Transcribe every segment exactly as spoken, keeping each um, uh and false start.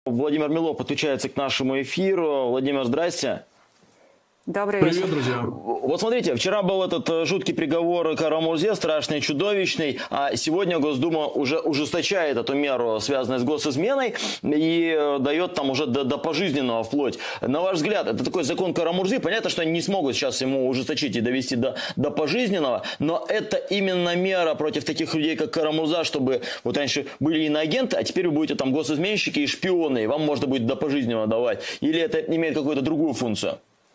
Владимир Милов подключается к нашему эфиру. Владимир, здрасте. Добрый вечер. Привет, друзья. Вот смотрите, вчера был этот жуткий приговор Карамурзе, страшный, чудовищный, а сегодня Госдума уже ужесточает эту меру, связанную с госизменой, и дает там уже до, до пожизненного вплоть. На ваш взгляд, это такой закон Карамурзы, понятно, что они не смогут сейчас ему ужесточить и довести до, до пожизненного, но это именно мера против таких людей, как Карамурза, чтобы вот раньше были иноагенты, а теперь вы будете там госизменщики и шпионы, и вам можно будет до пожизненного давать. Или это имеет какую-то другую функцию?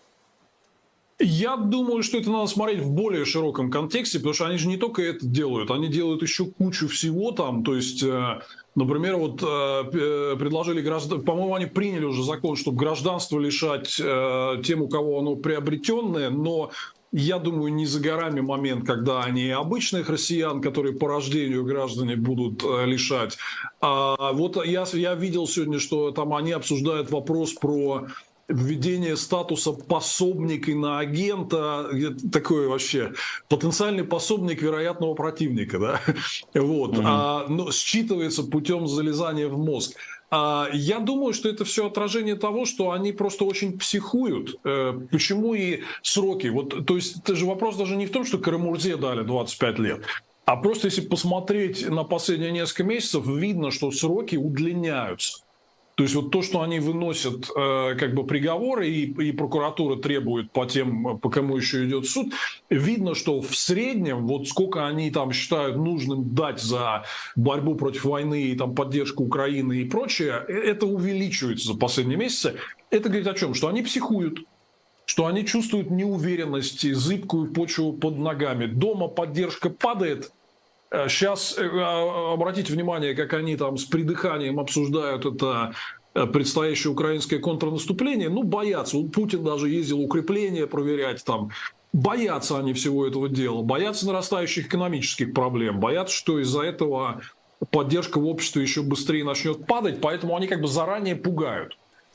Я думаю, что это надо смотреть в более широком контексте, потому что они же не только это делают, они делают еще кучу всего там. То есть, например, вот предложили граждан, по-моему, они приняли уже закон, чтобы гражданство лишать тем, у кого оно приобретенное, но я думаю, не за горами момент, когда они обычных россиян, которые по рождению граждане, будут лишать. А вот я, я видел сегодня, что там они обсуждают вопрос про введение статуса пособника на агента, такой вообще потенциальный пособник вероятного противника, да, вот, угу. а, но считывается путем залезания в мозг. А, я думаю, что это все отражение того, что они просто очень психуют. Э, почему и сроки? Вот, то есть, это же вопрос даже не в том, что Карамурзе дали двадцать пять лет. А просто если посмотреть на последние несколько месяцев, видно, что сроки удлиняются. То есть вот то, что они выносят э, как бы приговоры и, и прокуратура требует по тем, по кому еще идет суд, видно, что в среднем вот сколько они там считают нужным дать за борьбу против войны и там поддержку Украины и прочее, это увеличивается за последние месяцы. Это говорит о чем? Что они психуют, что они чувствуют неуверенность, зыбкую почву под ногами. Дома поддержка падает. Сейчас обратите внимание, как они там с придыханием обсуждают это предстоящее украинское контрнаступление. Ну, боятся. Путин даже ездил укрепления проверять там. Боятся они всего этого дела. Боятся нарастающих экономических проблем. Боятся, что из-за этого поддержка в обществе еще быстрее начнет падать. Поэтому они как бы заранее пугают.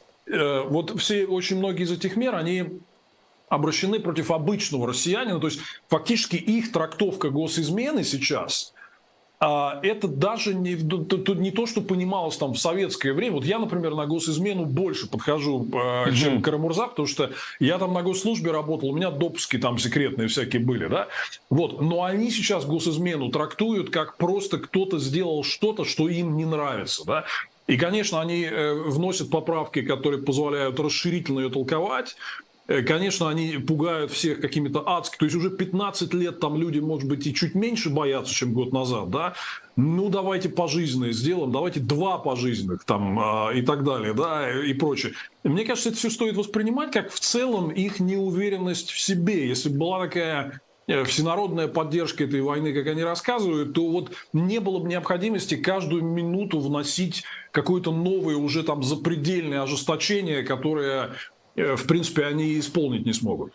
Вот все, очень многие из этих мер, они обращены против обычного россиянина, то есть фактически их трактовка госизмены сейчас, это даже не, не то, что понималось там в советское время. Вот я, например, на госизмену больше подхожу, чем Карамурза, потому что я там на госслужбе работал, у меня допуски там секретные всякие были, да, вот, но они сейчас госизмену трактуют как просто кто-то сделал что-то, что им не нравится, да. И, конечно, они вносят поправки, которые позволяют расширительно ее толковать. Конечно, они пугают всех какими-то адскими. То есть уже пятнадцать лет там люди, может быть, и чуть меньше боятся, чем год назад, да. Ну, давайте пожизненные сделаем, давайте два пожизненных там э, и так далее, да, и прочее. Мне кажется, это все стоит воспринимать как в целом их неуверенность в себе. Если бы была такая всенародная поддержка этой войны, как они рассказывают, то вот не было бы необходимости каждую минуту вносить какое-то новое уже там запредельное ожесточение, которое, в принципе, они исполнить не смогут.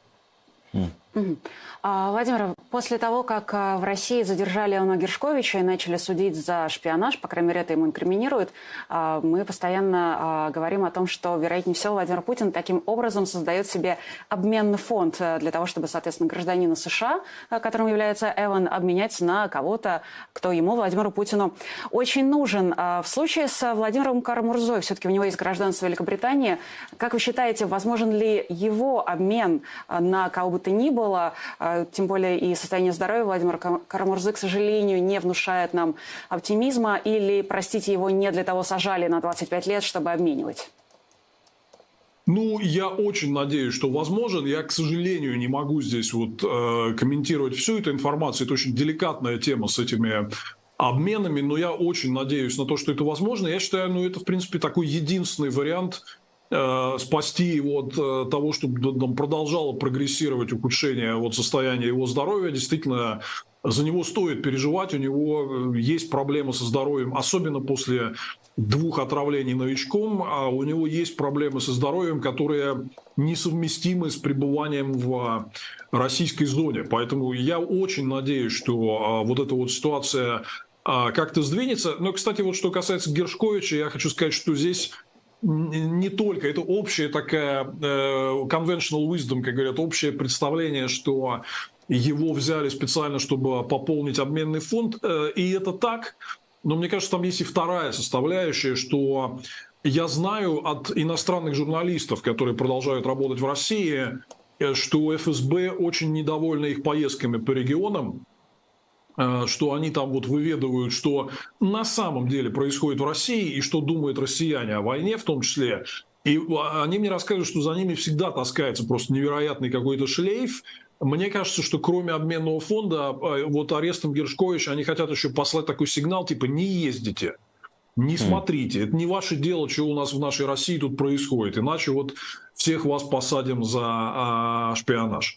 Владимир, после того, как в России задержали Леона Гершковича и начали судить за шпионаж, по крайней мере, это ему инкриминирует, мы постоянно говорим о том, что, вероятнее всего, Владимир Путин таким образом создает себе обменный фонд для того, чтобы, соответственно, гражданина США, которым является Эван, обменять на кого-то, кто ему, Владимиру Путину, очень нужен. В случае с Владимиром Карамурзой, все-таки у него есть гражданство Великобритании, как вы считаете, возможен ли его обмен на кого бы то ни было? Тем более и состояние здоровья Владимира Карамурзы, к сожалению, не внушает нам оптимизма. Или, простите, его не для того сажали на двадцать пять лет, чтобы обменивать? Ну, я очень надеюсь, что возможен. Я, к сожалению, не могу здесь вот э, комментировать всю эту информацию. Это очень деликатная тема с этими обменами, но я очень надеюсь на то, что это возможно. Я считаю, ну, это, в принципе, такой единственный вариант спасти его от того, чтобы там продолжало прогрессировать ухудшение вот состояния его здоровья. Действительно, за него стоит переживать, у него есть проблемы со здоровьем, особенно после двух отравлений новичком, а у него есть проблемы со здоровьем, которые несовместимы с пребыванием в российской зоне. Поэтому я очень надеюсь, что вот эта вот ситуация как-то сдвинется. Но, кстати, вот что касается Гершковича, я хочу сказать, что здесь не только, это общая такая э, conventional wisdom, как говорят, общее представление, что его взяли специально, чтобы пополнить обменный фонд, э, и это так, но мне кажется, там есть и вторая составляющая, что Я знаю от иностранных журналистов, которые продолжают работать в России, что эф эс бэ очень недовольны их поездками по регионам, что они там вот выведывают, что на самом деле происходит в России и что думают россияне о войне в том числе. И они мне рассказывают, что за ними всегда таскается просто невероятный какой-то шлейф. Мне кажется, что кроме обменного фонда, вот арестом Гершковича они хотят еще послать такой сигнал, типа «не ездите». Не смотрите, это не ваше дело, что у нас в нашей России тут происходит, иначе вот всех вас посадим за а, шпионаж.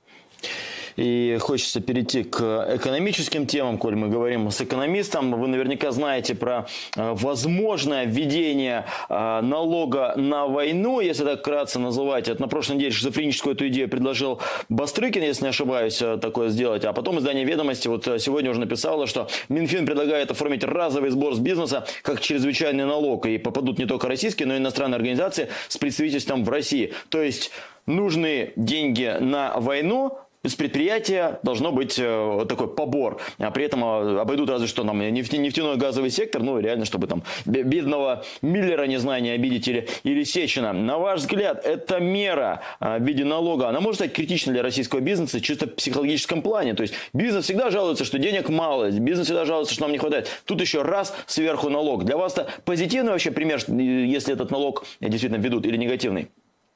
И хочется перейти к экономическим темам, коль мы говорим с экономистом. Вы наверняка знаете про возможное введение налога на войну, если так вкратце называть. Это на прошлой неделе шизофреническую эту идею предложил Бастрыкин, если не ошибаюсь, такое сделать. А потом издание «Ведомости» вот сегодня уже написало, что Минфин предлагает оформить разовый сбор с бизнеса как чрезвычайный налог. И попадут не только российские, но и иностранные организации с представительством в России. То есть нужны деньги на войну, с предприятия должно быть э, такой побор. А при этом э, обойдут разве что нам нефть, нефтяной газовый сектор, ну реально, чтобы там бедного Миллера, не знаю, не обидеть, или, или Сечина. На ваш взгляд, эта мера э, в виде налога, она может стать критичной для российского бизнеса чисто в психологическом плане? То есть бизнес всегда жалуется, что денег мало, бизнес всегда жалуется, что нам не хватает. Тут еще раз сверху налог. Для вас это позитивный вообще пример, если этот налог действительно введут, или негативный?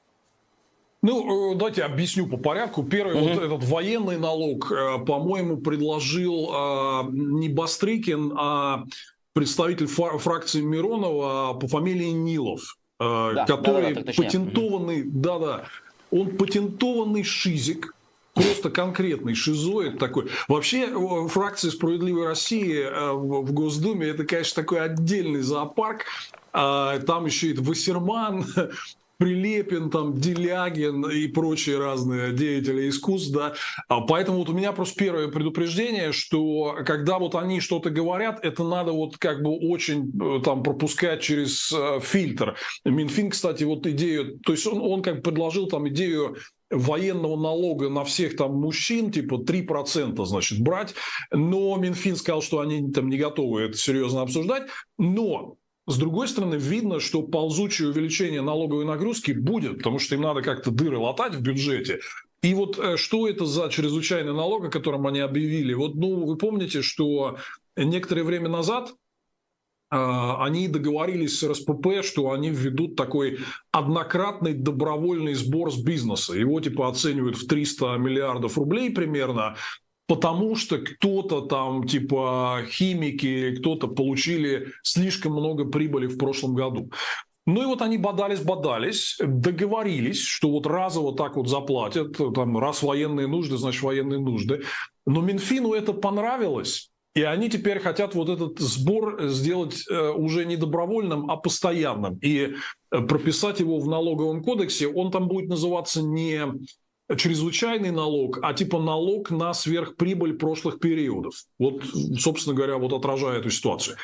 Ну, давайте объясню по порядку. Первый, угу. вот этот военный налог, по-моему, предложил не Бастрыкин, а представитель фракции Миронова по фамилии Нилов, да, который да, да, патентованный, да-да, он патентованный шизик, просто конкретный шизоид такой. Вообще, фракция «Справедливой России» в Госдуме – это, конечно, такой отдельный зоопарк. Там еще и Вассерман, Прилепин, там, Делягин и прочие разные деятели искусств, да. Поэтому вот у меня просто первое предупреждение, что когда вот они что-то говорят, это надо вот как бы очень там пропускать через фильтр. Минфин, кстати, вот идею, то есть он, он как бы предложил там идею военного налога на всех там мужчин, типа три процента, значит, брать, но Минфин сказал, что они там не готовы это серьезно обсуждать, но с другой стороны, видно, что ползучее увеличение налоговой нагрузки будет, потому что им надо как-то дыры латать в бюджете. И вот что это за чрезвычайный налог, о котором они объявили? Вот, ну, вы помните, что некоторое время назад э, они договорились с эр эс пэ пэ, что они введут такой однократный добровольный сбор с бизнеса. Его типа оценивают в триста миллиардов рублей примерно. Потому что кто-то там, типа химики, кто-то получили слишком много прибыли в прошлом году. Ну и вот они бодались-бодались, договорились, что вот разово так вот заплатят, там, раз военные нужды, значит военные нужды. Но Минфину это понравилось, и они теперь хотят вот этот сбор сделать уже не добровольным, а постоянным. И прописать его в налоговом кодексе, он там будет называться не чрезвычайный налог, а типа налог на сверхприбыль прошлых периодов. Вот, собственно говоря, вот отражая эту ситуацию.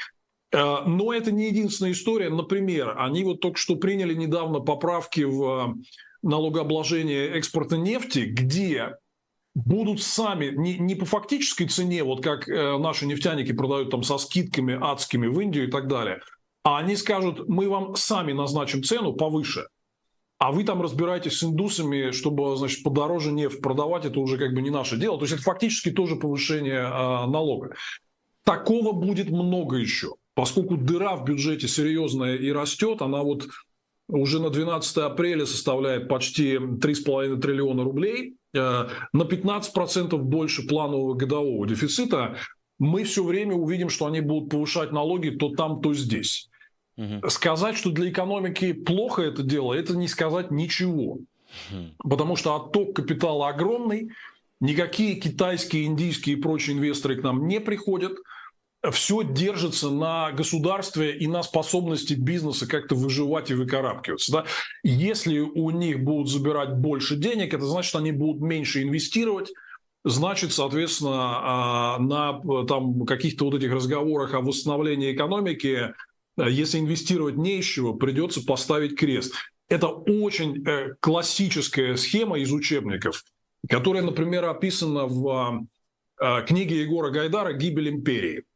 Но это не единственная история. Например, они вот только что приняли недавно поправки в налогообложение экспорта нефти, где будут сами, не, не по фактической цене, вот как наши нефтяники продают там со скидками адскими в Индию и так далее, а они скажут, мы вам сами назначим цену повыше. А вы там разбираетесь с индусами, чтобы, значит, подороже нефть продавать, это уже как бы не наше дело. То есть это фактически тоже повышение а, налога. Такого будет много еще, поскольку дыра в бюджете серьезная и растет, она вот уже на двенадцатое апреля составляет почти три с половиной триллиона рублей, э, на пятнадцать процентов больше планового годового дефицита. Мы все время увидим, что они будут повышать налоги то там, то здесь. Угу. Сказать, что для экономики плохо это дело, это не сказать ничего. Угу. Потому что отток капитала огромный, никакие китайские, индийские и прочие инвесторы к нам не приходят. Все держится на государстве и на способности бизнеса как-то выживать и выкарабкиваться. Да? Если у них будут забирать больше денег, это значит, они будут меньше инвестировать. Значит, соответственно, на там, каких-то вот этих разговорах о восстановлении экономики, если инвестировать не из чего, придется поставить крест. Это очень классическая схема из учебников, которая, например, описана в книге Егора Гайдара «Гибель империи».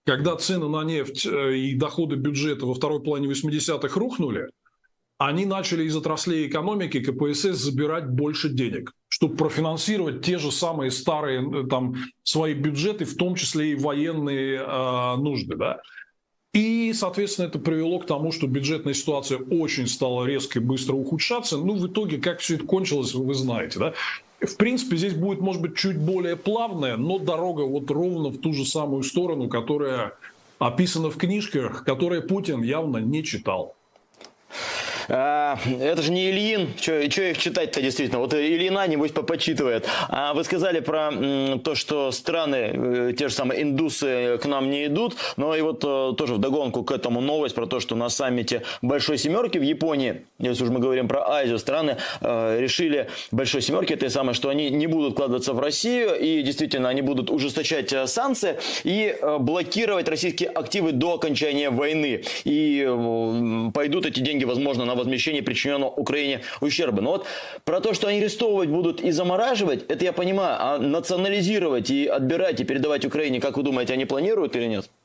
когда цены на нефть и доходы бюджета во второй половине восьмидесятых рухнули, они начали из отраслей экономики ка пэ эс эс забирать больше денег, чтобы профинансировать те же самые старые там, свои бюджеты, в том числе и военные э, нужды. Да? И, соответственно, это привело к тому, что бюджетная ситуация очень стала резко и быстро ухудшаться. Ну, в итоге, как все это кончилось, вы знаете. Да? В принципе, здесь будет, может быть, чуть более плавная, но дорога вот ровно в ту же самую сторону, которая описана в книжках, которые Путин явно не читал. А, это же не Ильин, что их читать-то действительно, вот Ильина небось почитывает. А вы сказали про м, то, что страны, те же самые индусы к нам не идут, но и вот тоже вдогонку к этому новость про то, что на саммите Большой Семерки в Японии, если уж мы говорим про Азию, страны э, решили Большой Семерки, это самое, что они не будут вкладываться в Россию, и действительно они будут ужесточать санкции и э, блокировать российские активы до окончания войны. И э, пойдут эти деньги, возможно, на возмещение причиненного Украине ущерба. Но вот про то, что они арестовывать будут и замораживать, это я понимаю. А национализировать и отбирать и передавать Украине, как вы думаете, они планируют или нет?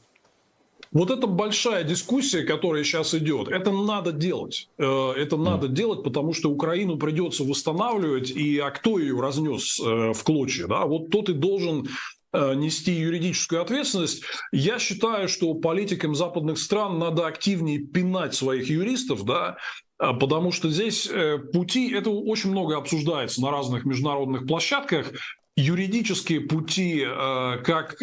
Вот это большая дискуссия, которая сейчас идет. Это надо делать. Это надо mm. делать, потому что Украину придется восстанавливать. И а кто ее разнес в клочья? Да? Вот тот и должен нести юридическую ответственность. Я считаю, что политикам западных стран надо активнее пинать своих юристов, да, потому что здесь пути, это очень много обсуждается на разных международных площадках, юридические пути, как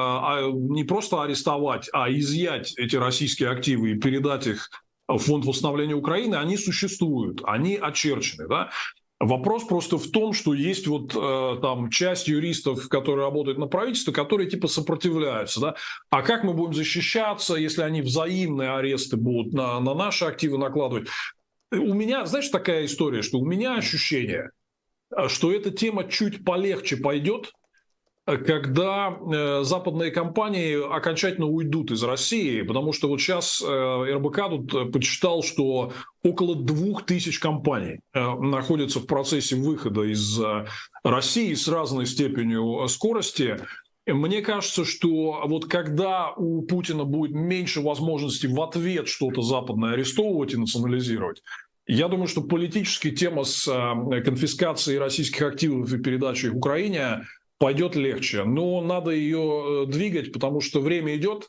не просто арестовать, а изъять эти российские активы и передать их в Фонд восстановления Украины, они существуют, они очерчены, да. Вопрос просто в том, что есть вот э, там часть юристов, которые работают на правительстве, которые типа сопротивляются. Да? А как мы будем защищаться, если они взаимные аресты будут на, на наши активы накладывать? У меня, знаешь, такая история, что у меня ощущение, что эта тема чуть полегче пойдет, когда э, западные компании окончательно уйдут из России, потому что вот сейчас э, эр бэ ка тут подсчитал, что около двух тысяч компаний э, находятся в процессе выхода из э, России с разной степенью скорости. Мне кажется, что вот когда у Путина будет меньше возможностей в ответ что-то западное арестовывать и национализировать, я думаю, что политически тема с э, конфискацией российских активов и передачей их Украине пойдет легче, но надо ее двигать, потому что время идет,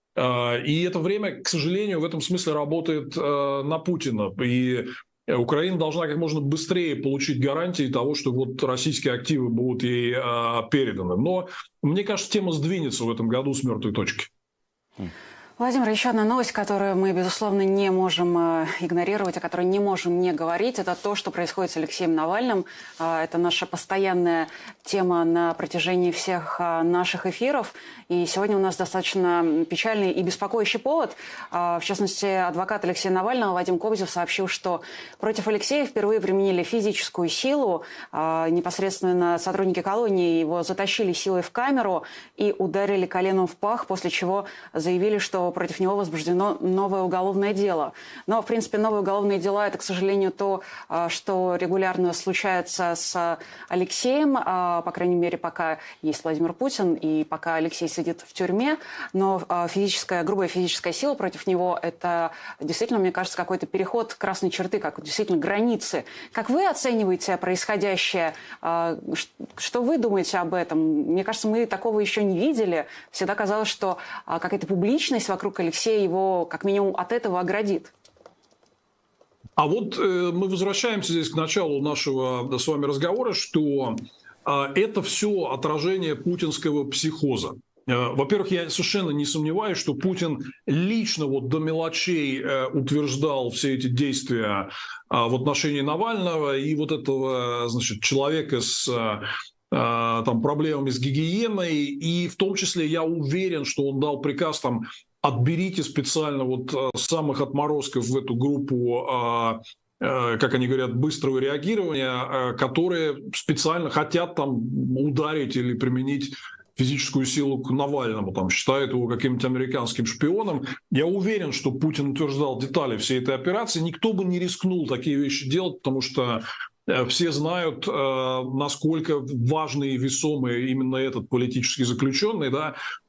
и это время, к сожалению, в этом смысле работает на Путина. И Украина должна как можно быстрее получить гарантии того, что вот российские активы будут ей переданы. Но мне кажется, тема сдвинется в этом году с мертвой точки. Владимир, еще одна новость, которую мы, безусловно, не можем э, игнорировать, о которой не можем не говорить, это то, что происходит с Алексеем Навальным. Э, это наша постоянная тема на протяжении всех э, наших эфиров. И сегодня у нас достаточно печальный и беспокоящий повод. Э, в частности, адвокат Алексея Навального Вадим Кобзев сообщил, что против Алексея впервые применили физическую силу. Э, непосредственно сотрудники колонии его затащили силой в камеру и ударили коленом в пах, после чего заявили, что против него возбуждено новое уголовное дело. Но, в принципе, новые уголовные дела – это, к сожалению, то, что регулярно случается с Алексеем, по крайней мере, пока есть Владимир Путин и пока Алексей сидит в тюрьме. Но физическая, грубая физическая сила против него – это действительно, мне кажется, какой-то переход красной черты, как действительно границы. Как вы оцениваете происходящее? Что вы думаете об этом? Мне кажется, мы такого еще не видели. Всегда казалось, что какая-то публичность вокруг Алексея его как минимум от этого оградит. А вот э, мы возвращаемся здесь к началу нашего да, с вами разговора, что э, это все отражение путинского психоза. Э, во-первых, я совершенно не сомневаюсь, что Путин лично вот до мелочей э, утверждал все эти действия э, в отношении Навального и вот этого, значит, человека с э, там, проблемами с гигиеной, и в том числе я уверен, что он дал приказ там отберите специально вот самых отморозков в эту группу, как они говорят, быстрого реагирования, которые специально хотят там ударить или применить физическую силу к Навальному, там, считают его каким-то американским шпионом. Я уверен, что Путин утверждал детали всей этой операции. Никто бы не рискнул такие вещи делать, потому что все знают, насколько важный и весомый именно этот политический заключенный, да,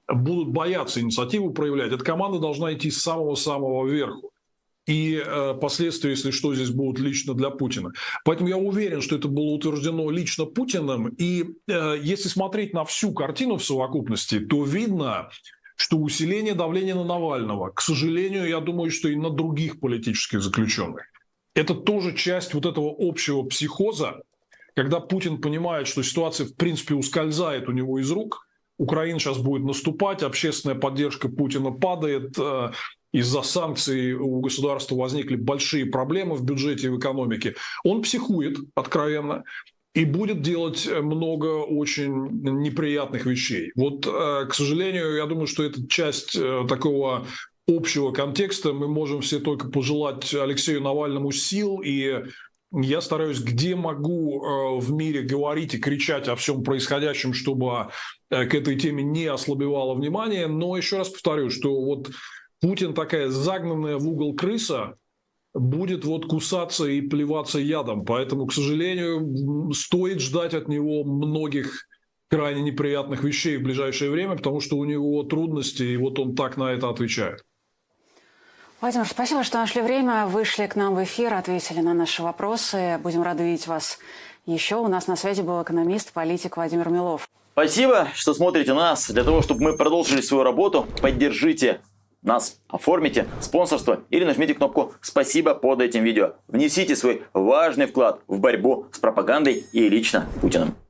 будут бояться инициативу проявлять. Эта команда должна идти с самого-самого верху. И э, последствия, если что, здесь будут лично для Путина. Поэтому я уверен, что это было утверждено лично Путиным. И э, если смотреть на всю картину в совокупности, то видно, что усиление давления на Навального, к сожалению, я думаю, что и на других политических заключенных, это тоже часть вот этого общего психоза, когда Путин понимает, что ситуация в принципе ускользает у него из рук, Украина сейчас будет наступать, общественная поддержка Путина падает, э, из-за санкций у государства возникли большие проблемы в бюджете и в экономике. Он психует откровенно и будет делать много очень неприятных вещей. Вот, к сожалению, я думаю, что это часть такого общего контекста. Мы можем все только пожелать Алексею Навальному сил, и я стараюсь, где могу в мире говорить и кричать о всем происходящем, чтобы к этой теме не ослабевало внимание. Но еще раз повторю, что вот Путин такая загнанная в угол крыса будет вот кусаться и плеваться ядом. Поэтому, к сожалению, стоит ждать от него многих крайне неприятных вещей в ближайшее время, потому что у него трудности, и вот он так на это отвечает. Владимир, спасибо, что нашли время, вышли к нам в эфир, ответили на наши вопросы. Будем рады видеть вас еще. У нас на связи был экономист, политик Владимир Милов. Спасибо, что смотрите нас. Для того, чтобы мы продолжили свою работу, поддержите нас, оформите спонсорство или нажмите кнопку «Спасибо» под этим видео. Внесите свой важный вклад в борьбу с пропагандой и лично Путиным.